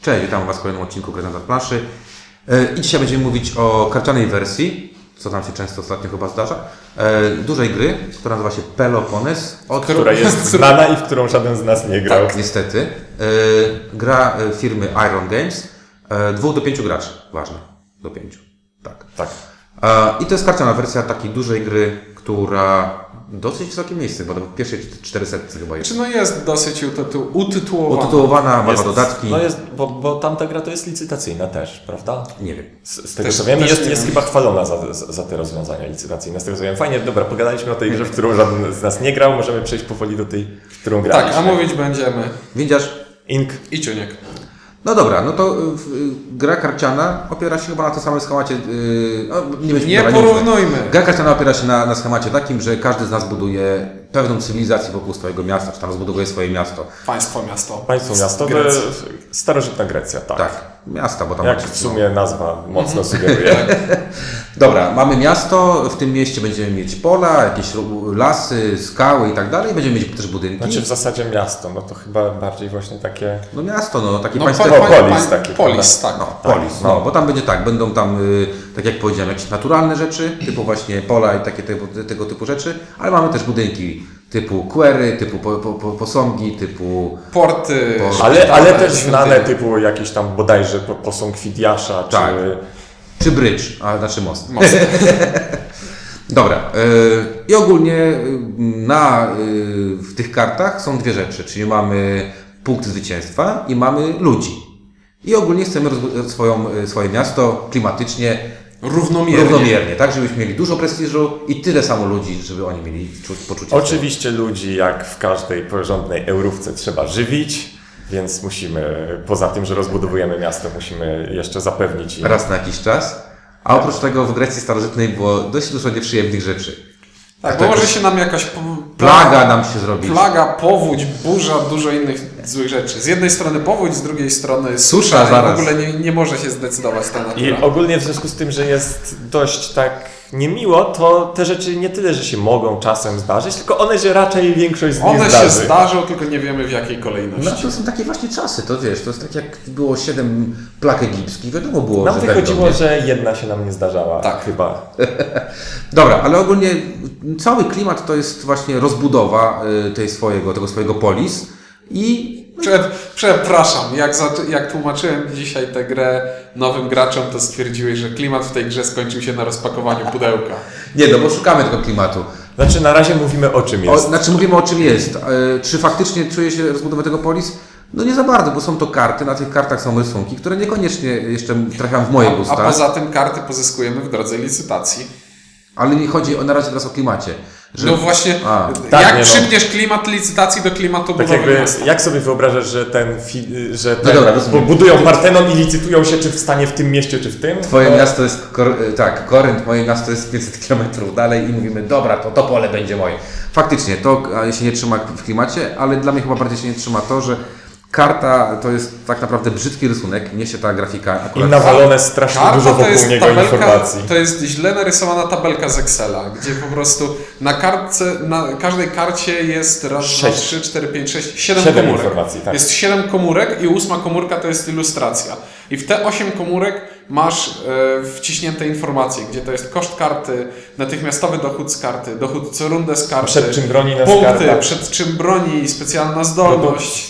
Cześć, witam Was w kolejnym odcinku Gry na planszy. I dzisiaj będziemy mówić o karcianej wersji, co nam się często ostatnio chyba zdarza, dużej gry, która nazywa się Peloponnes. Która jest znana i w którą żaden z nas nie grał. Tak, niestety. Gra firmy Iron Games. 2 do 5 graczy, ważne. Do 5. Tak. I to jest karciana wersja takiej dużej gry, która dosyć wysokie miejsce, bo do pierwszej 400 chyba jest. Jest dosyć utytułowana. Utytułowana, ma dodatki. Bo tamta gra to jest licytacyjna też, prawda? Nie wiem. Z tego co wiem, jest chyba chwalona za te rozwiązania licytacyjne. Z tego co wiem, fajnie, dobra, pogadaliśmy o tej grze, w którą żaden z nas nie grał, możemy przejść powoli do tej, w którą graliśmy. Tak, a mówić będziemy Windziarz Ink i Ciuniek. No dobra, no to gra karciana opiera się chyba na tym samym schemacie. Nie porównujmy. Gra karciana opiera się na schemacie takim, że każdy z nas buduje pewną cywilizację wokół swojego miasta, czy tam rozbudowuje swoje miasto. Państwo miasto, to starożytna Grecja, tak. Tak, miasta, bo tam jak w sumie nazwa mocno sugeruje. Dobra, mamy miasto, w tym mieście będziemy mieć pola, jakieś lasy, skały i tak dalej, będziemy mieć też budynki. Znaczy w zasadzie miasto, no to chyba bardziej właśnie takie... No miasto, takie państwo. Polis, tak. Polis, bo tam będzie tak, będą tam, tak jak powiedziałem, jakieś naturalne rzeczy, typu właśnie pola i takie tego typu rzeczy, ale mamy też budynki typu query, typu posągi, typu... Porty, ale też znane typu jakieś tam bodajże posąg Fidiasza, tak. Czy bridge, znaczy most. Dobra. I ogólnie w tych kartach są dwie rzeczy, czyli mamy punkt zwycięstwa i mamy ludzi. I ogólnie chcemy swoje miasto klimatycznie równomiernie, tak, żebyśmy mieli dużo prestiżu i tyle samo ludzi, żeby oni mieli poczucie. Oczywiście ludzi, jak w każdej porządnej eurówce, trzeba żywić. Więc musimy, poza tym, że rozbudowujemy miasto, musimy jeszcze zapewnić im... Raz na jakiś czas. A oprócz tego w Grecji starożytnej było dość dużo nieprzyjemnych rzeczy. Tak, bo może się nam jakaś plaga nam się zrobić. Plaga, powódź, burza, dużo innych złych rzeczy. Z jednej strony powódź, z drugiej strony susza zaraz. W ogóle nie może się zdecydować ta natura. I ogólnie w związku z tym, że jest dość tak niemiło, to te rzeczy nie tyle, że się mogą czasem zdarzyć, tylko one się raczej większość z nich zdarzy. One się zdarzą, tylko nie wiemy w jakiej kolejności. No to są takie właśnie czasy, to wiesz, to jest tak jak było 7 plag egipskich, wiadomo było, nam że wychodziło, że jedna się nam nie zdarzała. Tak. Chyba. Dobra, ale ogólnie cały klimat to jest właśnie rozbudowa tego swojego polis i... Przepraszam, jak tłumaczyłem dzisiaj tę grę nowym graczom, to stwierdziłeś, że klimat w tej grze skończył się na rozpakowaniu pudełka. Nie, no bo szukamy tego klimatu. Znaczy na razie mówimy o czym jest. Mówimy o czym jest. Czy faktycznie czuje się rozbudowę tego polis? No nie za bardzo, bo są to karty, na tych kartach są rysunki, które niekoniecznie jeszcze trafiają w moje gusta. A poza tym karty pozyskujemy w drodze licytacji. Ale nie chodzi na razie teraz o klimacie. No właśnie, przypniesz klimat licytacji do klimatu budowego miasta. Jak sobie wyobrażasz, że budują Partenon i licytują się, czy wstanie w tym mieście, czy w tym? Twoje miasto jest, Korynt, moje miasto jest 500 km dalej i mówimy, dobra, to pole będzie moje. Faktycznie, to się nie trzyma w klimacie, ale dla mnie chyba bardziej się nie trzyma to, że karta to jest tak naprawdę brzydki rysunek, niesie ta grafika akurat... I nawalone strasznie dużo wokół niego informacji. To jest źle narysowana tabelka z Excela, gdzie po prostu na każdej karcie jest raz, 2, 3, 4, 5, 6, 7 komórek. Informacji, tak. Jest 7 komórek i 8 komórka to jest ilustracja. I w te 8 komórek masz wciśnięte informacje, gdzie to jest koszt karty, natychmiastowy dochód z karty, dochód co rundę z karty, przed czym broni nas punkty, karta, przed czym broni, specjalna zdolność.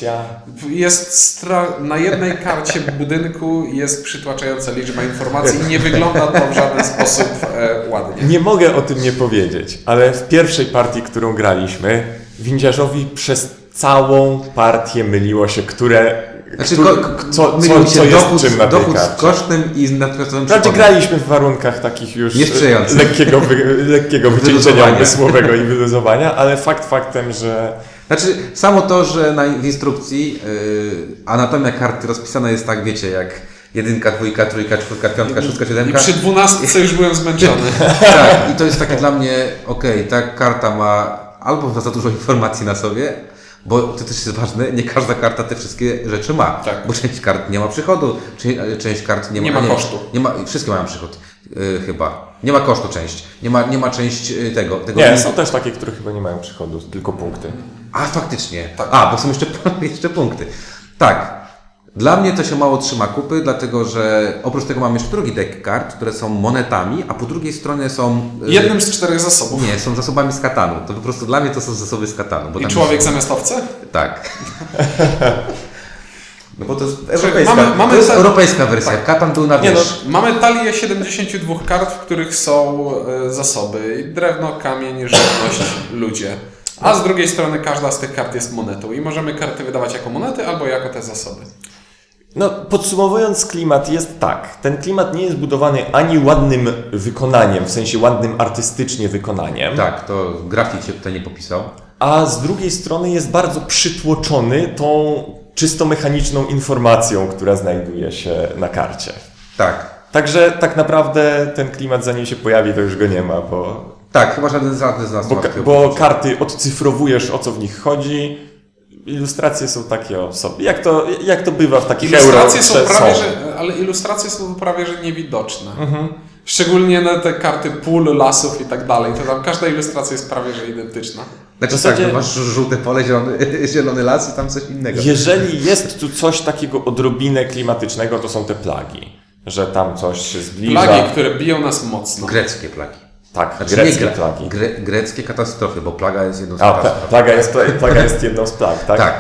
Na jednej karcie budynku jest przytłaczająca liczba informacji i nie wygląda to w żaden sposób ładnie. Nie mogę o tym nie powiedzieć, ale w pierwszej partii, którą graliśmy, windziarzowi przez całą partię myliło się, co jest czym na tej dochód karcie. z kosztem i z natychmiastowym Znaczy graliśmy w warunkach takich już lekkiego wycieńczenia umysłowego i wyluzowania, ale faktem, że... Znaczy, samo to, że w instrukcji anatomia karty rozpisana jest tak, wiecie, jak 1, 2, 3, 4, 5, 6, 7. I przy 12 już byłem zmęczony. Tak, i to jest takie dla mnie, ta karta ma albo za dużo informacji na sobie, bo to też jest ważne, nie każda karta te wszystkie rzeczy ma. Tak. Bo część kart nie ma przychodu, część kart nie ma kosztu. Wszystkie mają przychód, chyba. Nie ma kosztu część. Nie ma część tego. Nie, są też takie, które chyba nie mają przychodu, tylko punkty. A, faktycznie. Tak. Bo są jeszcze punkty. Tak. Dla mnie to się mało trzyma kupy, dlatego że oprócz tego mamy jeszcze drugi deck kart, które są monetami, a po drugiej stronie są... Jednym z 4 zasobów. Nie, są zasobami z Katanu. To po prostu dla mnie to są zasoby z Katanu. Bo I tam człowiek zamiast owce? Tak. No bo to jest europejska, mamy europejska wersja. Tak. Katan był na wierzch. Mamy talię 72 kart, w których są zasoby. Drewno, kamień, żywność, ludzie. A z drugiej strony każda z tych kart jest monetą i możemy karty wydawać jako monety albo jako te zasoby. No, podsumowując, klimat jest tak. Ten klimat nie jest budowany ani ładnym wykonaniem, w sensie ładnym artystycznie wykonaniem. Tak, to grafik się tutaj nie popisał. A z drugiej strony jest bardzo przytłoczony tą czysto mechaniczną informacją, która znajduje się na karcie. Tak. Także tak naprawdę ten klimat, zanim się pojawi, to już go nie ma, bo... Tak, chyba żaden z nas bo karty odcyfrowujesz, o co w nich chodzi. Ilustracje są takie o sobie. Jak to bywa w takich ilustracje ale ilustracje są prawie że niewidoczne. Szczególnie na te karty pól, lasów i tak dalej. To tam każda ilustracja jest prawie że identyczna. Znaczy w zasadzie... tak, masz żółte pole, zielony las i tam coś innego. Jeżeli jest tu coś takiego odrobinę klimatycznego, to są te plagi. Że tam coś się zbliża. Plagi, które biją nas mocno. Greckie plagi. Tak, znaczy greckie plagi. Greckie katastrofy, bo plaga jest jedną z katastrof. Plaga jest jedną z plag, tak? Tak.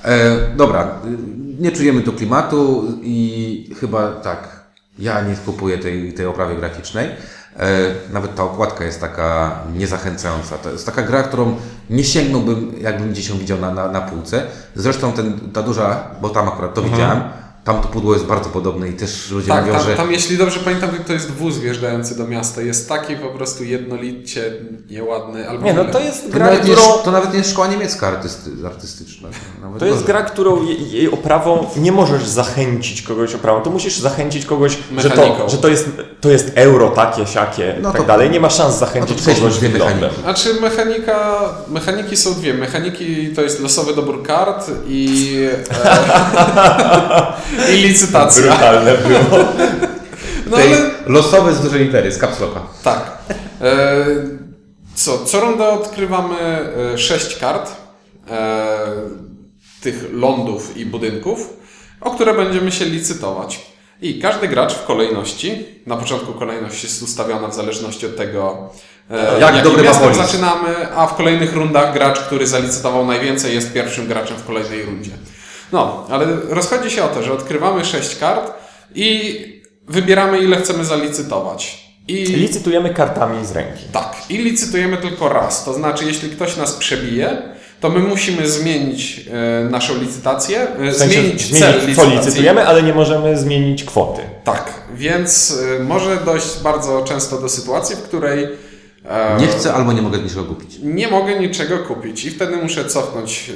Dobra, nie czujemy tu klimatu i chyba tak, ja nie kupuję tej oprawy graficznej. Nawet ta okładka jest taka niezachęcająca. To jest taka gra, którą nie sięgnąłbym, jakbym gdzieś ją widział na półce. Zresztą ta duża, bo tam akurat to widziałem, tam to pudło jest bardzo podobne i też ludzie mówią, że... Tam, jeśli dobrze pamiętam, to jest wóz wjeżdżający do miasta. Jest taki po prostu jednolicie nieładny. Albo nie, no to jest gra, to nawet nie jest szkoła niemiecka artystyczna. To jest gra, którą jej oprawą nie możesz zachęcić kogoś oprawą. To musisz zachęcić kogoś, że to jest euro takie, siakie, no tak dalej. Nie ma szans zachęcić kogoś wyglądem. Znaczy mechaniki są dwie. Mechaniki to jest losowy dobór kart i licytacja. Brutalne było. No ale... Losowy z dużej litery, z caps locka. Tak. Co rundę odkrywamy 6 kart tych lądów i budynków, o które będziemy się licytować. I każdy gracz w kolejności, na początku kolejność jest ustawiona w zależności od tego, jakim miastem zaczynamy, a w kolejnych rundach gracz, który zalicytował najwięcej, jest pierwszym graczem w kolejnej rundzie. No, ale rozchodzi się o to, że odkrywamy 6 kart i wybieramy, ile chcemy zalicytować. I licytujemy kartami z ręki. Tak, i licytujemy tylko raz. To znaczy, jeśli ktoś nas przebije, to my musimy zmienić naszą licytację, zmienić cel licytacji. Co licytujemy, ale nie możemy zmienić kwoty. Tak, więc może dojść bardzo często do sytuacji, w której nie chcę albo nie mogę niczego kupić. Nie mogę niczego kupić i wtedy muszę cofnąć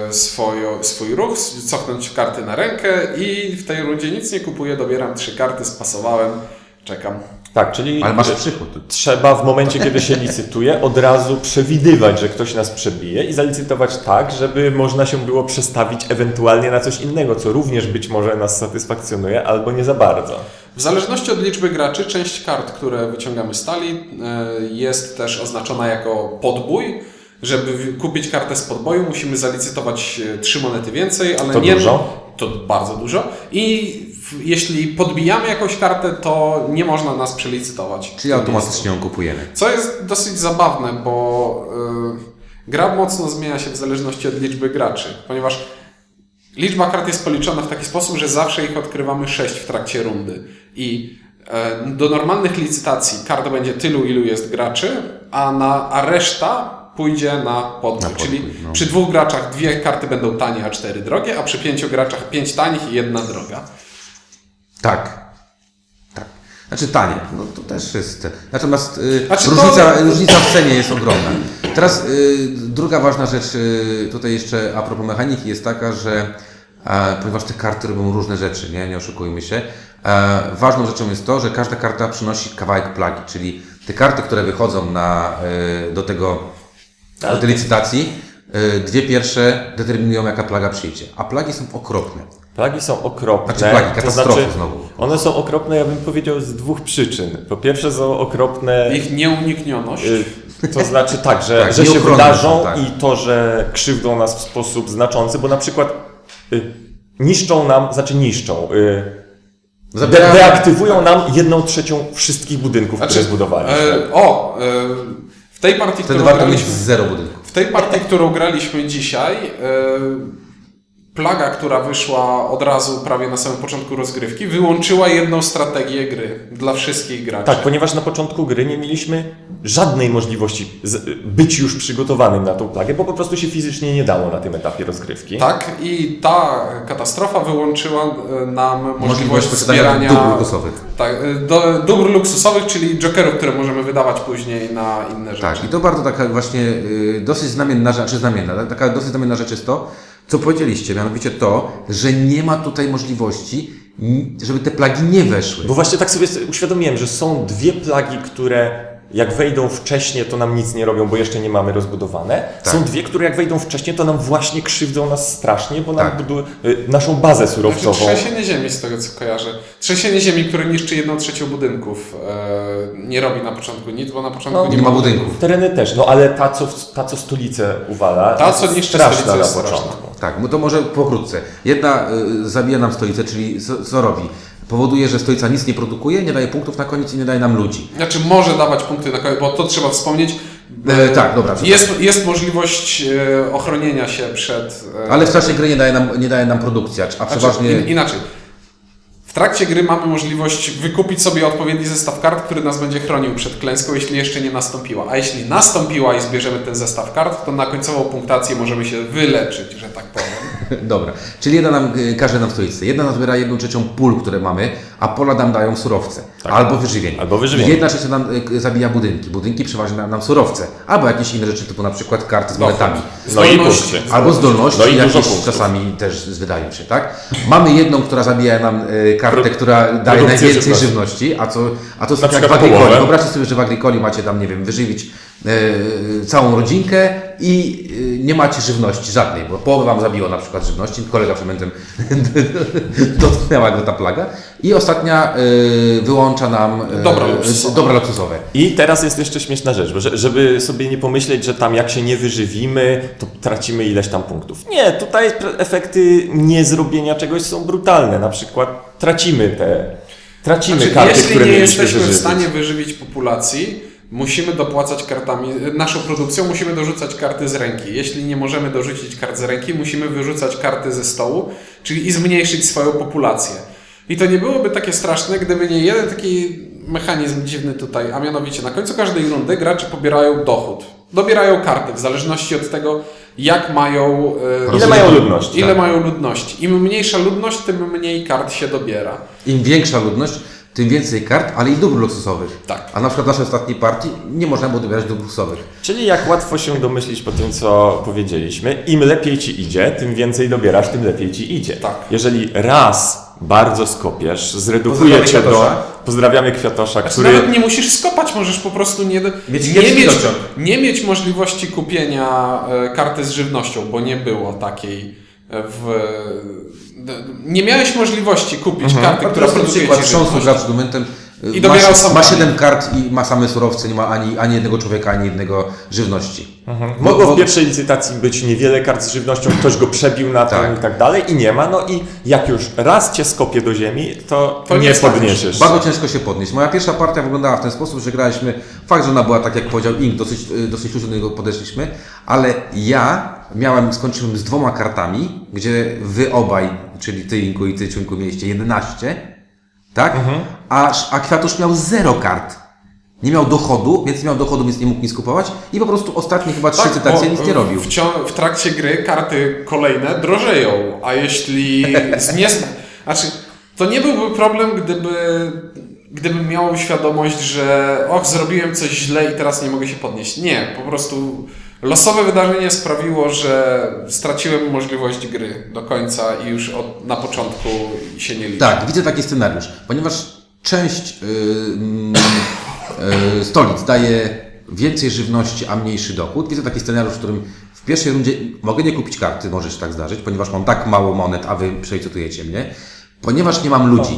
swój ruch, cofnąć karty na rękę i w tej rundzie nic nie kupuję, dobieram 3 karty, spasowałem, czekam. Tak, czyli ale masz przychód. Trzeba w momencie, kiedy się licytuje, od razu przewidywać, że ktoś nas przebije i zalicytować tak, żeby można się było przestawić ewentualnie na coś innego, co również być może nas satysfakcjonuje, albo nie za bardzo. W zależności od liczby graczy, część kart, które wyciągamy z talii, jest też oznaczona jako podbój. Żeby kupić kartę z podboju, musimy zalicytować 3 monety więcej, ale to nie... Dużo? To bardzo dużo. I jeśli podbijamy jakąś kartę, to nie można nas przelicytować. Czyli automatycznie ją kupujemy. Co jest dosyć zabawne, bo gra mocno zmienia się w zależności od liczby graczy, ponieważ liczba kart jest policzona w taki sposób, że zawsze ich odkrywamy 6 w trakcie rundy. I do normalnych licytacji kart będzie tylu, ilu jest graczy, a reszta pójdzie na podbój. Czyli przy 2 graczach 2 karty będą tanie, a 4 drogie, a przy 5 graczach 5 tanich i 1 droga. Tak. Znaczy tanie, no to też jest... Natomiast różnica w cenie jest ogromna. Teraz druga ważna rzecz tutaj jeszcze a propos mechaniki jest taka, że ponieważ te karty robią różne rzeczy, nie oszukujmy się, ważną rzeczą jest to, że każda karta przynosi kawałek plagi, czyli te karty, które wychodzą do tej licytacji, 2 pierwsze determinują, jaka plaga przyjdzie. A plagi są okropne. Plagi są okropne. Znaczy plagi, katastrofy znowu. One są okropne, ja bym powiedział, z 2 przyczyn. Po pierwsze są okropne... Ich nieuniknioność. To znaczy tak, że się wydarzą i to, że krzywdzą nas w sposób znaczący, bo na przykład niszczą nam, Zabieramy- deaktywują nam 1/3 wszystkich budynków, które zbudowaliśmy. W tej partii, Wtedy którą warto mieć graliśmy, 0 budynków. w tej partii, którą graliśmy dzisiaj, plaga, która wyszła od razu prawie na samym początku rozgrywki, wyłączyła jedną strategię gry dla wszystkich graczy. Tak, ponieważ na początku gry nie mieliśmy żadnej możliwości być już przygotowanym na tą plagę, bo po prostu się fizycznie nie dało na tym etapie rozgrywki. Tak, i ta katastrofa wyłączyła nam możliwość posiadania zbierania dóbr luksusowych. Tak, dóbr luksusowych, czyli jokerów, które możemy wydawać później na inne rzeczy. Tak, i to bardzo taka właśnie dosyć znamienna rzecz, taka dosyć znamienna rzecz jest to, co powiedzieliście, mianowicie to, że nie ma tutaj możliwości, żeby te plagi nie weszły. Bo właśnie tak sobie uświadomiłem, że są dwie plagi, które jak wejdą wcześniej, to nam nic nie robią, bo jeszcze nie mamy rozbudowane. Tak. Są dwie, które jak wejdą wcześniej, to nam właśnie krzywdzą nas strasznie, bo nam Tak. naszą bazę surowcową. Trzęsienie ziemi, z tego co kojarzę. Trzęsienie ziemi, które niszczy 1/3 budynków, nie robi na początku nic, bo na początku nie ma budynków. Tereny też, no ale ta co stolicę uwala, Ta, co jest niszczy straszna stolicę, na jest początku. straszna. Tak, no to może pokrótce. Jedna zabija nam stolicę, czyli co robi? Powoduje, że stolica nic nie produkuje, nie daje punktów na koniec i nie daje nam ludzi. Znaczy może dawać punkty na koniec, bo to trzeba wspomnieć. Tak, dobra. Jest możliwość ochronienia się przed... Ale w trakcie gry nie daje nam produkcja, a przeważnie... Inaczej. W trakcie gry mamy możliwość wykupić sobie odpowiedni zestaw kart, który nas będzie chronił przed klęską, jeśli jeszcze nie nastąpiła. A jeśli nastąpiła i zbierzemy ten zestaw kart, to na końcową punktację możemy się wyleczyć, że tak powiem. Dobra, czyli każe nam stolicę. Jedna nam zbiera 1/3 pól, które mamy, a pola nam dają surowce. Tak. Albo wyżywienie. Albo wyżywienie. 1/3 nam zabija budynki. Budynki przeważnie nam surowce. Albo jakieś inne rzeczy, typu na przykład karty z monetami. No i Zdolności. punkty. Albo zdolności, No i dużo jakieś punktów. czasami też wydają się, tak? Mamy jedną, która zabija nam kartę, która daje produkcję najwięcej żywności. żywności, a to jest Na tak jak w przykład Agricoli. połowę. Wyobraźcie sobie, że w Agricoli macie tam, nie wiem, wyżywić całą rodzinkę i nie macie żywności żadnej, bo połowę wam zabiło na przykład żywności, kolega przed momentem dotknęła go ta plaga i ostatnia wyłącza nam dobra luksusowe. I teraz jest jeszcze śmieszna rzecz, bo żeby sobie nie pomyśleć, że tam jak się nie wyżywimy, to tracimy ileś tam punktów. Nie, tutaj efekty niezrobienia czegoś są brutalne. Na przykład tracimy karty, Jeśli które nie mieliśmy jesteśmy w wyżywić. stanie wyżywić populacji, musimy dopłacać kartami, naszą produkcją musimy dorzucać karty z ręki. Jeśli nie możemy dorzucić kart z ręki, musimy wyrzucać karty ze stołu, czyli i zmniejszyć swoją populację. I to nie byłoby takie straszne, gdyby nie jeden taki mechanizm dziwny tutaj, a mianowicie na końcu każdej rundy gracze pobierają dochód. Dobierają karty w zależności od tego, jak mają... Ile mają ludności. Ile mają ludności. Im mniejsza ludność, tym mniej kart się dobiera. Im większa ludność, tym więcej kart, ale i dóbr luksusowych. Tak. A na przykład w naszej ostatniej partii nie można było dobierać dóbr luksusowych. Czyli jak łatwo się domyślić po tym, co powiedzieliśmy, im lepiej ci idzie, tym więcej dobierasz, tym lepiej ci idzie. Tak. Jeżeli raz bardzo skopiesz, zredukuje Pozdrawiamy cię Kwiatosza. Pozdrawiamy Kwiatosza, który... Nawet nie musisz skopać, możesz po prostu nie mieć możliwości kupienia karty z żywnością, bo nie było takiej nie miałeś możliwości kupić karty, która produkuje przykład ci trząsł żywność. gracz argumentem. I dobierał sam ma karty. 7 kart i ma same surowce, nie ma ani jednego człowieka, ani jednego żywności. Mogło w pierwszej licytacji być niewiele kart z żywnością, ktoś go przebił na tym Tak. i tak dalej i nie ma. No i jak już raz cię skopie do ziemi, to To nie nie staniesz. podniesiesz. Bardzo ciężko się podnieść. Moja pierwsza partia wyglądała w ten sposób, że graliśmy, fakt, że ona była, tak jak powiedział Ink, dosyć luźno do niego podeszliśmy, ale ja skończyłem z 2 kartami, gdzie wy obaj, czyli ty Inku i ty Ciunku mieliście 11, tak? A Kwiatusz miał 0 kart. Nie miał dochodu, więc nie mógł nic kupować i po prostu ostatnie chyba 3 cytacje nic nie robił. W trakcie gry karty kolejne drożeją, a jeśli znaczy, to nie byłby problem, gdybym miał świadomość, że zrobiłem coś źle i teraz nie mogę się podnieść. Nie, po prostu losowe wydarzenie sprawiło, że straciłem możliwość gry do końca i już na początku się nie liczy. Tak, widzę taki scenariusz, ponieważ część stolic daje więcej żywności, a mniejszy dochód. Widzę taki scenariusz, w którym w pierwszej rundzie mogę nie kupić karty, może się tak zdarzyć, ponieważ mam tak mało monet, a wy przelicytujecie mnie. Ponieważ nie mam ludzi,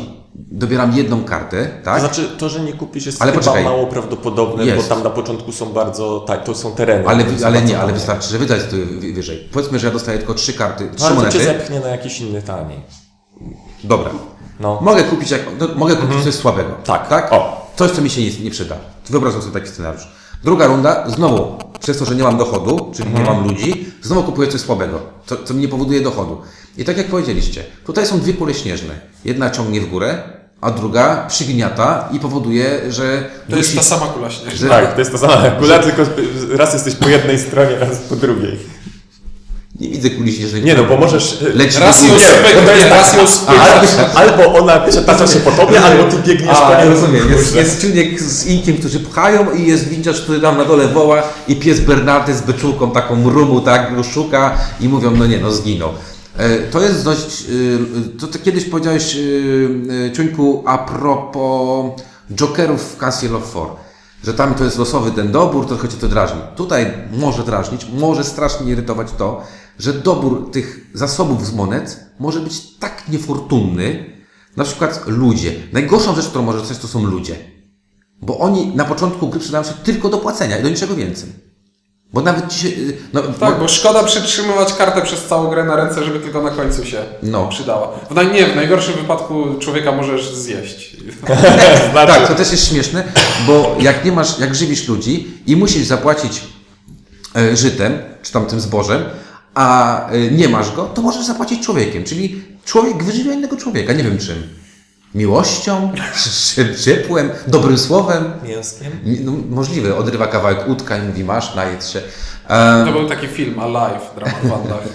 dobieram jedną kartę, tak? To znaczy, to, że nie kupisz jest Ale chyba poczekaj. mało prawdopodobne, Jest. bo tam na początku są bardzo, tak, to są tereny. Ale które są nie, bardzo ale tanie. wystarczy, że wydać to wyżej. Powiedzmy, że ja dostaję tylko 3 karty, 3 No, ale to monety. cię zepchnie na jakiś inny taniej. Dobra. No. Mogę kupić, mogę kupić coś słabego. Tak. O. Coś, co mi się nie przyda. Wyobrażam sobie taki scenariusz. Druga runda, znowu, przez to, że nie mam dochodu, czyli nie mam ludzi, znowu kupuję coś słabego, co mi nie powoduje dochodu. I tak jak powiedzieliście, tutaj są dwie kule śnieżne. Jedna ciągnie w górę, a druga przygniata i powoduje, że... To jest ta sama kula śnieżna. Tak, to jest to sama kula, tylko raz jesteś po jednej stronie, raz po drugiej. Nie widzę kuli śnieżnej. Nie no, bo możesz... Leci Raz do ją góry. spychnie, raz ją spychnie. Albo ona przetacza się po tobie, albo ty biegniesz po A, niej. rozumiem. Jest czujnik z Inkiem, którzy pchają i jest windziarz, który tam na dole woła i pies Bernardy z beczułką taką rumu, tak, go szuka i mówią, zginął. To jest dość... To ty kiedyś powiedziałeś, Ciuńku, a propos Jokerów w Castle of Four, że tam to jest losowy ten dobór, trochę cię to drażni. Tutaj może drażnić, może strasznie irytować to, że dobór tych zasobów z monet może być tak niefortunny, na przykład ludzie. Najgorszą rzecz, którą może coś, to są ludzie. Bo oni na początku gry przydają się tylko do płacenia i do niczego więcej. Bo nawet ci się... Tak, bo szkoda przytrzymywać kartę przez całą grę na ręce, żeby tylko na końcu się przydała. W najgorszym wypadku człowieka możesz zjeść. Tak, to też jest śmieszne, bo jak żywisz ludzi i musisz zapłacić żytem, czy tam tym zbożem, a nie masz go, to możesz zapłacić człowiekiem. Czyli człowiek wyżywia innego człowieka, nie wiem czym. Miłością, ciepłem, dobrym słowem. Mięskiem? No, możliwe, odrywa kawałek łódka i mówi, masz, najedz się. To był taki film, Alive, dramat Van Life.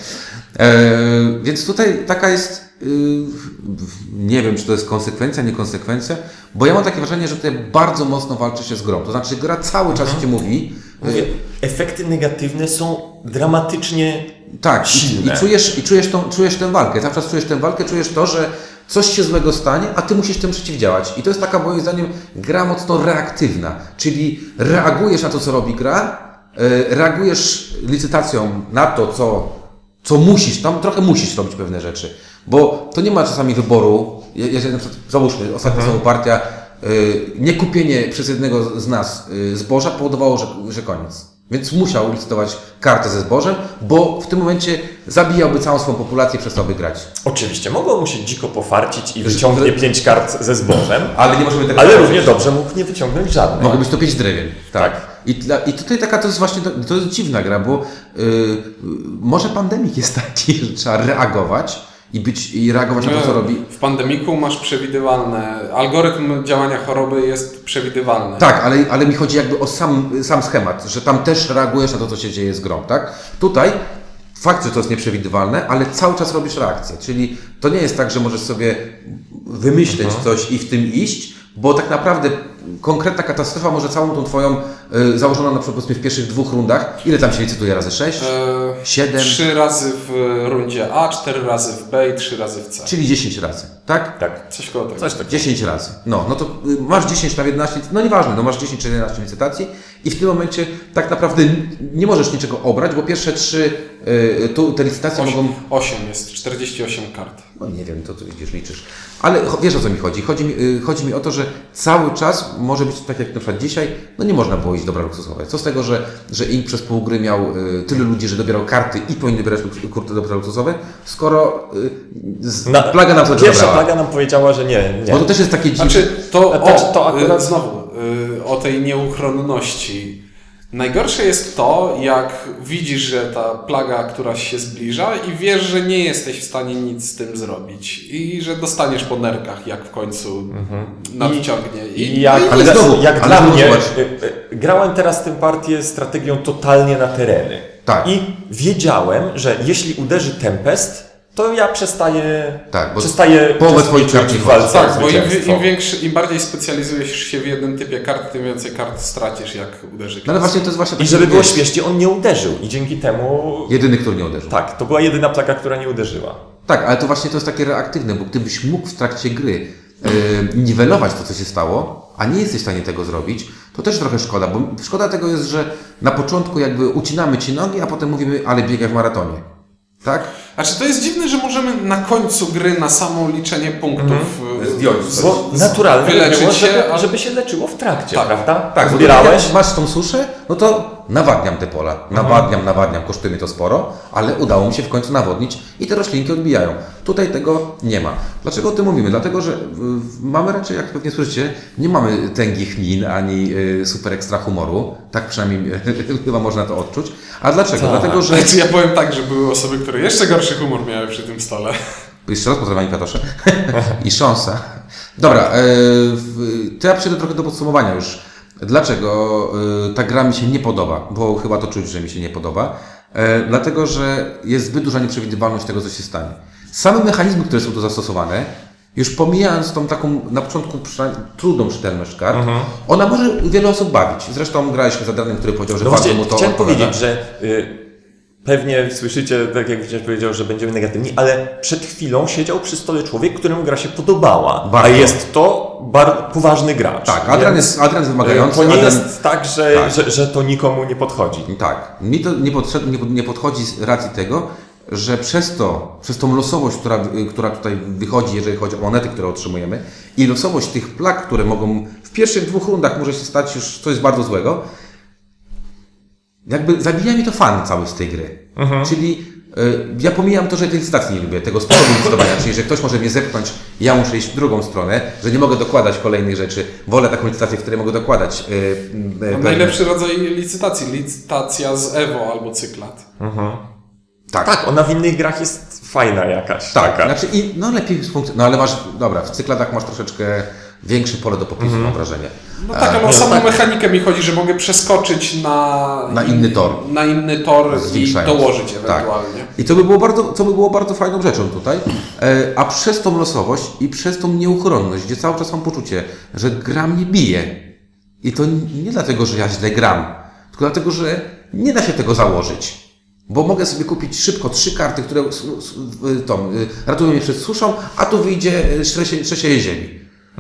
Więc tutaj taka jest, nie wiem, czy to jest konsekwencja, niekonsekwencja, bo ja mam takie wrażenie, że tutaj bardzo mocno walczy się z grą. To znaczy, gra cały czas ci mówi... Efekty negatywne są dramatycznie tak, silne. I czujesz tę walkę. Cały czas czujesz tę walkę, czujesz to, że coś się złego stanie, a ty musisz tym przeciwdziałać. I to jest taka, moim zdaniem, gra mocno reaktywna. Czyli reagujesz na to, co robi gra, reagujesz licytacją na to, co musisz, tam trochę musisz robić pewne rzeczy. Bo to nie ma czasami wyboru. Na przykład, załóżmy, ostatnia partia, niekupienie przez jednego z nas zboża powodowało, że koniec. Więc musiał licytować kartę ze zbożem, bo w tym momencie zabijałby całą swoją populację, przestałby grać. Oczywiście, mogło mu się dziko pofarcić i wyciągnie 5 kart ze zbożem, ale nie możemy tego ale zrobić. równie dobrze mógł nie wyciągnąć żadnej. Mogło być to 5 drewien. Tak. I tutaj to jest właśnie, to jest dziwna gra, bo może pandemik jest taki, że trzeba reagować i reagować na to, co robi. W pandemiku masz przewidywalne, algorytm działania choroby jest przewidywalny. Tak, ale mi chodzi jakby o sam schemat, że tam też reagujesz na to, co się dzieje z grą, tak? Tutaj fakt, że to jest nieprzewidywalne, ale cały czas robisz reakcję, czyli to nie jest tak, że możesz sobie wymyśleć coś i w tym iść, bo tak naprawdę konkretna katastrofa może całą tą twoją założoną na przykład w pierwszych 2 rundach, ile tam się licytuje razy? 6? 7? 3 razy w rundzie A, 4 razy w B i 3 razy w C. Czyli 10 razy, tak? Tak. Coś koło tego. Coś takiego. 10 razy. No to masz 10 na 11, no nieważne, masz 10 czy 11 licytacji i w tym momencie tak naprawdę nie możesz niczego obrać, bo pierwsze 3 te licytacje mogą... 8 jest, 48 kart. No nie wiem, to widzisz, liczysz. Ale wiesz, o co mi chodzi. Chodzi mi o to, że cały czas może być tak jak na przykład dzisiaj, no nie można było iść dobra luksusowe. Co z tego, że Ink przez pół gry miał tyle ludzi, że dobierał karty i powinien dobierać dobra luksusowe, skoro plaga nam to Pierwsza zabrała. plaga nam powiedziała, że nie. Bo to też jest takie dziwne. Znaczy, to akurat znowu, o tej nieuchronności. Najgorsze jest to, jak widzisz, że ta plaga któraś się zbliża i wiesz, że nie jesteś w stanie nic z tym zrobić i że dostaniesz po nerkach, jak w końcu nadciągnie. Ale dla mnie, zobacz. grałem teraz tę partię strategią totalnie na tereny. Tak. I wiedziałem, że jeśli uderzy Tempest, to ja przestaję Tak, bo przestaję połowę twoich kart w nie walce. Tak, o bo zwycięstwo. im bardziej specjalizujesz się w jednym typie kart, tym więcej kart stracisz, jak uderzy No ale właśnie to jest właśnie I takie, żeby było wiesz, śmiesznie, on nie uderzył. I dzięki temu... jedyny, który nie uderzył. Tak, to była jedyna plaga, która nie uderzyła. Tak, ale to właśnie to jest takie reaktywne, bo gdybyś mógł w trakcie gry niwelować to, co się stało, a nie jesteś w stanie tego zrobić, to też trochę szkoda, bo szkoda tego jest, że na początku jakby ucinamy ci nogi, a potem mówimy, ale biegaj w maratonie. Tak? Znaczy to jest dziwne, że możemy na końcu gry na samo liczenie punktów Zdjąć. Bo naturalne wyleczyć było, się, żeby się leczyło w trakcie, Tak. prawda? Tak, zbierałeś. jak masz tą suszę, no to nawadniam te pola. Nawadniam, kosztuje mnie to sporo, ale udało mi się w końcu nawodnić i te roślinki odbijają. Tutaj tego nie ma. Dlaczego o tym mówimy? Dlatego, że mamy raczej, jak pewnie słyszycie, nie mamy tęgich min ani super ekstra humoru. Tak przynajmniej chyba można to odczuć. A dlaczego? Tak. Dlatego, że... Znaczy ja powiem tak, że były osoby, które jeszcze gorszy humor miały przy tym stole. Jeszcze raz pozdrawiam Katosze. I szansa. Dobra, to ja przejdę trochę do podsumowania już. Dlaczego ta gra mi się nie podoba? Bo chyba to czuć, że mi się nie podoba. Dlatego, że jest zbyt duża nieprzewidywalność tego, co się stanie. Same mechanizmy, które są tu zastosowane, już pomijając tą taką na początku trudną czytelność kart, ona może wiele osób bawić. Zresztą graliśmy z Adrianem, który powiedział, że bardzo mu to chciałem odpowiada. powiedzieć, że pewnie słyszycie, tak jak Wiciarz powiedział, że będziemy negatywni, ale przed chwilą siedział przy stole człowiek, któremu gra się podobała, Bardzo. a jest to poważny gracz. Tak, Adrian jest wymagający. To nie Adrian... jest tak, że to nikomu nie podchodzi. Tak. Mi to nie podchodzi z racji tego, że przez tą losowość, która tutaj wychodzi, jeżeli chodzi o monety, które otrzymujemy, i losowość tych plag, które mogą w pierwszych 2 rundach może się stać już coś bardzo złego, jakby zabija mi to fan cały z tej gry. Czyli ja pomijam to, że tej licytacji nie lubię, tego sposobu licytowania, czyli że ktoś może mnie zepchnąć, ja muszę iść w drugą stronę, że nie mogę dokładać kolejnych rzeczy. Wolę taką licytację, w której mogę dokładać. Najlepszy rodzaj licytacji. Licytacja z Evo albo Cyklat. Tak, ona w innych grach jest fajna jakaś. Tak, taka. znaczy lepiej no ale masz, dobra, w cykladach masz troszeczkę większe pole do popisu, mam wrażenie. No tak, ale o samą mechanikę mi chodzi, że mogę przeskoczyć na inny tor. Na inny tor i Zwiększając. dołożyć ewentualnie. Tak. I to by było bardzo fajną rzeczą tutaj. A przez tą losowość i przez tą nieuchronność, gdzie cały czas mam poczucie, że gra mnie bije. I to nie dlatego, że ja źle gram, tylko dlatego, że nie da się tego założyć. Bo mogę sobie kupić szybko 3 karty, które ratują mnie przed suszą, a tu wyjdzie trzeciej ziemi.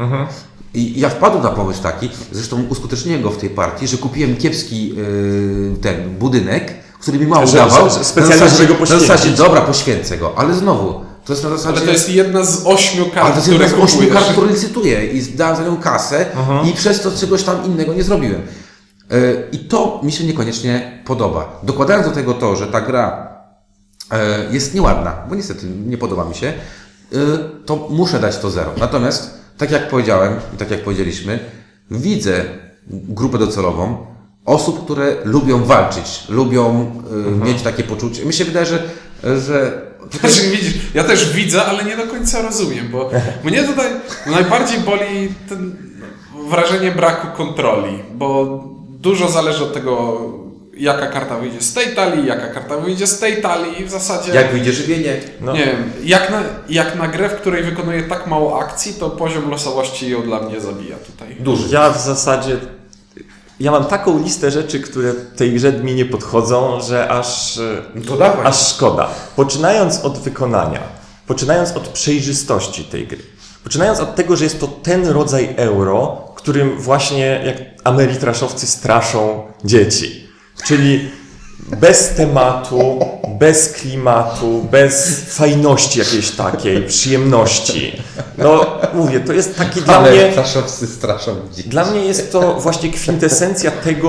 I ja wpadłem na pomysł taki, zresztą uskuteczniłem go w tej partii, że kupiłem kiepski ten budynek, który mi mało dawał. Specjalnie, żeby go poświęcić. Na zasadzie, dobra, poświęcę go, ale znowu, to jest na zasadzie... Ale to jest jedna z 8 kart, Ale to jest jedna które z 8 kupujesz. kart, które licytuję i dałem za nią kasę i przez to czegoś tam innego nie zrobiłem. I to mi się niekoniecznie podoba. Dokładając do tego to, że ta gra jest nieładna, bo niestety nie podoba mi się, to muszę dać to 0. Natomiast, tak jak powiedziałem i tak jak powiedzieliśmy, widzę grupę docelową osób, które lubią walczyć, lubią mieć takie poczucie. Mi się wydaje, że Znaczy, widzisz, ja też widzę, ale nie do końca rozumiem, bo mnie tutaj najbardziej boli wrażenie braku kontroli, bo dużo zależy od tego, jaka karta wyjdzie z tej talii, jaka karta wyjdzie z tej talii i w zasadzie... jak wyjdzie żywienie. No. Nie wiem, jak na grę, w której wykonuję tak mało akcji, to poziom losowości ją dla mnie zabija tutaj. Duży. Ja w zasadzie... Ja mam taką listę rzeczy, które tej grze mi nie podchodzą, że To dawaj. aż szkoda. Poczynając od wykonania, poczynając od przejrzystości tej gry, poczynając od tego, że jest to ten rodzaj euro, którym właśnie jak Ameritraszowcy straszą dzieci. Czyli bez tematu, bez klimatu, bez fajności jakiejś takiej, przyjemności. No mówię, to jest taki dla mnie... Straszowcy straszą dzieci. Dla mnie jest to właśnie kwintesencja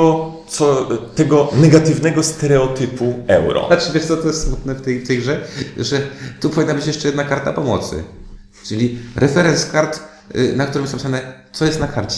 tego negatywnego stereotypu euro. Znaczy, wiesz co, to jest smutne w tej grze, że tu powinna być jeszcze jedna karta pomocy. Czyli referenc kart, na którym jest napisane, co jest na karcie.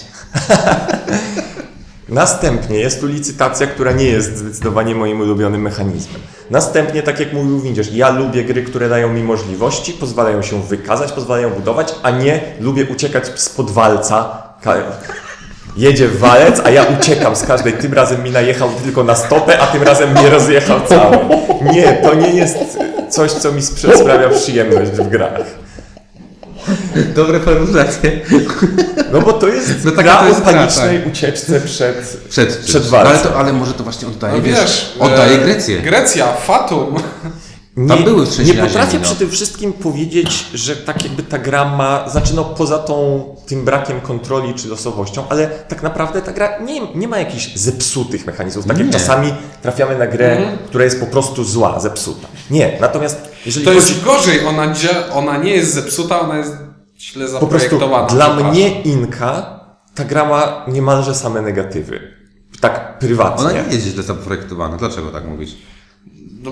Następnie jest tu licytacja, która nie jest zdecydowanie moim ulubionym mechanizmem. Następnie, tak jak mówił Windziarz, ja lubię gry, które dają mi możliwości, pozwalają się wykazać, pozwalają budować, a nie lubię uciekać spod walca. Jedzie walec, a ja uciekam z każdej. Tym razem mi najechał tylko na stopę, a tym razem mnie rozjechał cały. Nie, to nie jest coś, co mi sprawia przyjemność w grach. Dobre formulacje. No bo to jest No taka gra to jest o gra, panicznej tak. ucieczce przed No, walcem. ale może to właśnie oddaje, No wiesz, oddaje Grecję. Grecja, Fatum. Tam były nie trzęsienia potrafię ziemi, no. przy tym wszystkim powiedzieć, że tak jakby ta gra ma, znaczy no poza tym brakiem kontroli czy losowością, ale tak naprawdę ta gra nie ma jakichś zepsutych mechanizmów. Tak jak Nie. czasami trafiamy na grę, która jest po prostu zła, zepsuta. Nie, natomiast jeżeli To chodzi jest gorzej, ona nie jest zepsuta, ona jest źle po prostu zaprojektowana. dla przepraszam. mnie Inka, ta gra ma niemalże same negatywy. Tak prywatnie. Ona nie jest źle zaprojektowana. Dlaczego tak mówisz? No,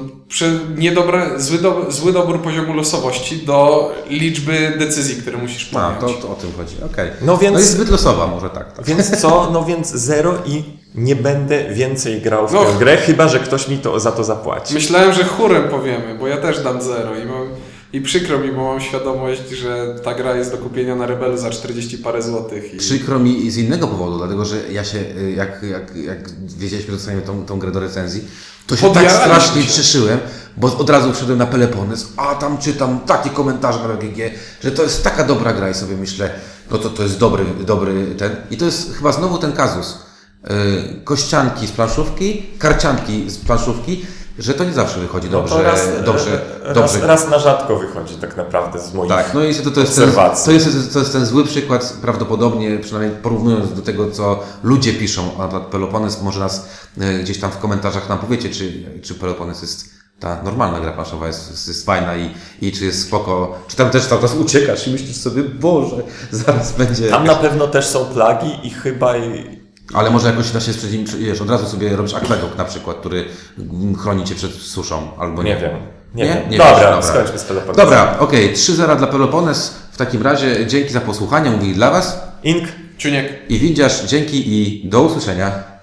zły dobór poziomu losowości do liczby decyzji, które musisz A, podjąć. to o tym chodzi. Okej. No więc- No jest zbyt losowa, może tak. Więc co? No więc 0 i nie będę więcej grał w No. tę grę, chyba że ktoś mi za to zapłaci. Myślałem, że chórem powiemy, bo ja też dam 0 i przykro mi, bo mam świadomość, że ta gra jest do kupienia na Rebelu za 40 parę złotych. Przykro mi z innego powodu, dlatego że ja się, jak wiedzieliśmy, że dostaniemy tą grę do recenzji, to się tak Podjaraliśmy strasznie się. cieszyłem, bo od razu wszedłem na Peloponnes, a tam czytam takie komentarze na BGG, że to jest taka dobra gra i sobie myślę, no to jest dobry ten. I to jest chyba znowu ten kazus. Kościanki z planszówki, karcianki z planszówki, że to nie zawsze wychodzi dobrze. Raz na rzadko wychodzi tak naprawdę z moich Tak, no i to obserwacji. to jest ten zły przykład, prawdopodobnie, przynajmniej porównując do tego, co ludzie piszą na Peloponnes, może nas gdzieś tam w komentarzach nam powiecie, czy Peloponnes jest ta normalna gra planszowa, jest fajna i czy jest spoko, czy tam też tam teraz uciekasz i myślisz sobie, Boże, zaraz będzie... Tam na pewno też są plagi i chyba... Ale może jakoś da się wiesz, od razu sobie robisz akwedukt na przykład, który chroni cię przed suszą, albo nie. Nie wiem. Nie wiem. Nie Dobra, wiesz, skończmy z Peloponnesem. Dobra, okej, 3-0 dla Peloponnes. W takim razie dzięki za posłuchanie, mówili dla Was Ink. Ciuniek. i Windziarz, dzięki i do usłyszenia.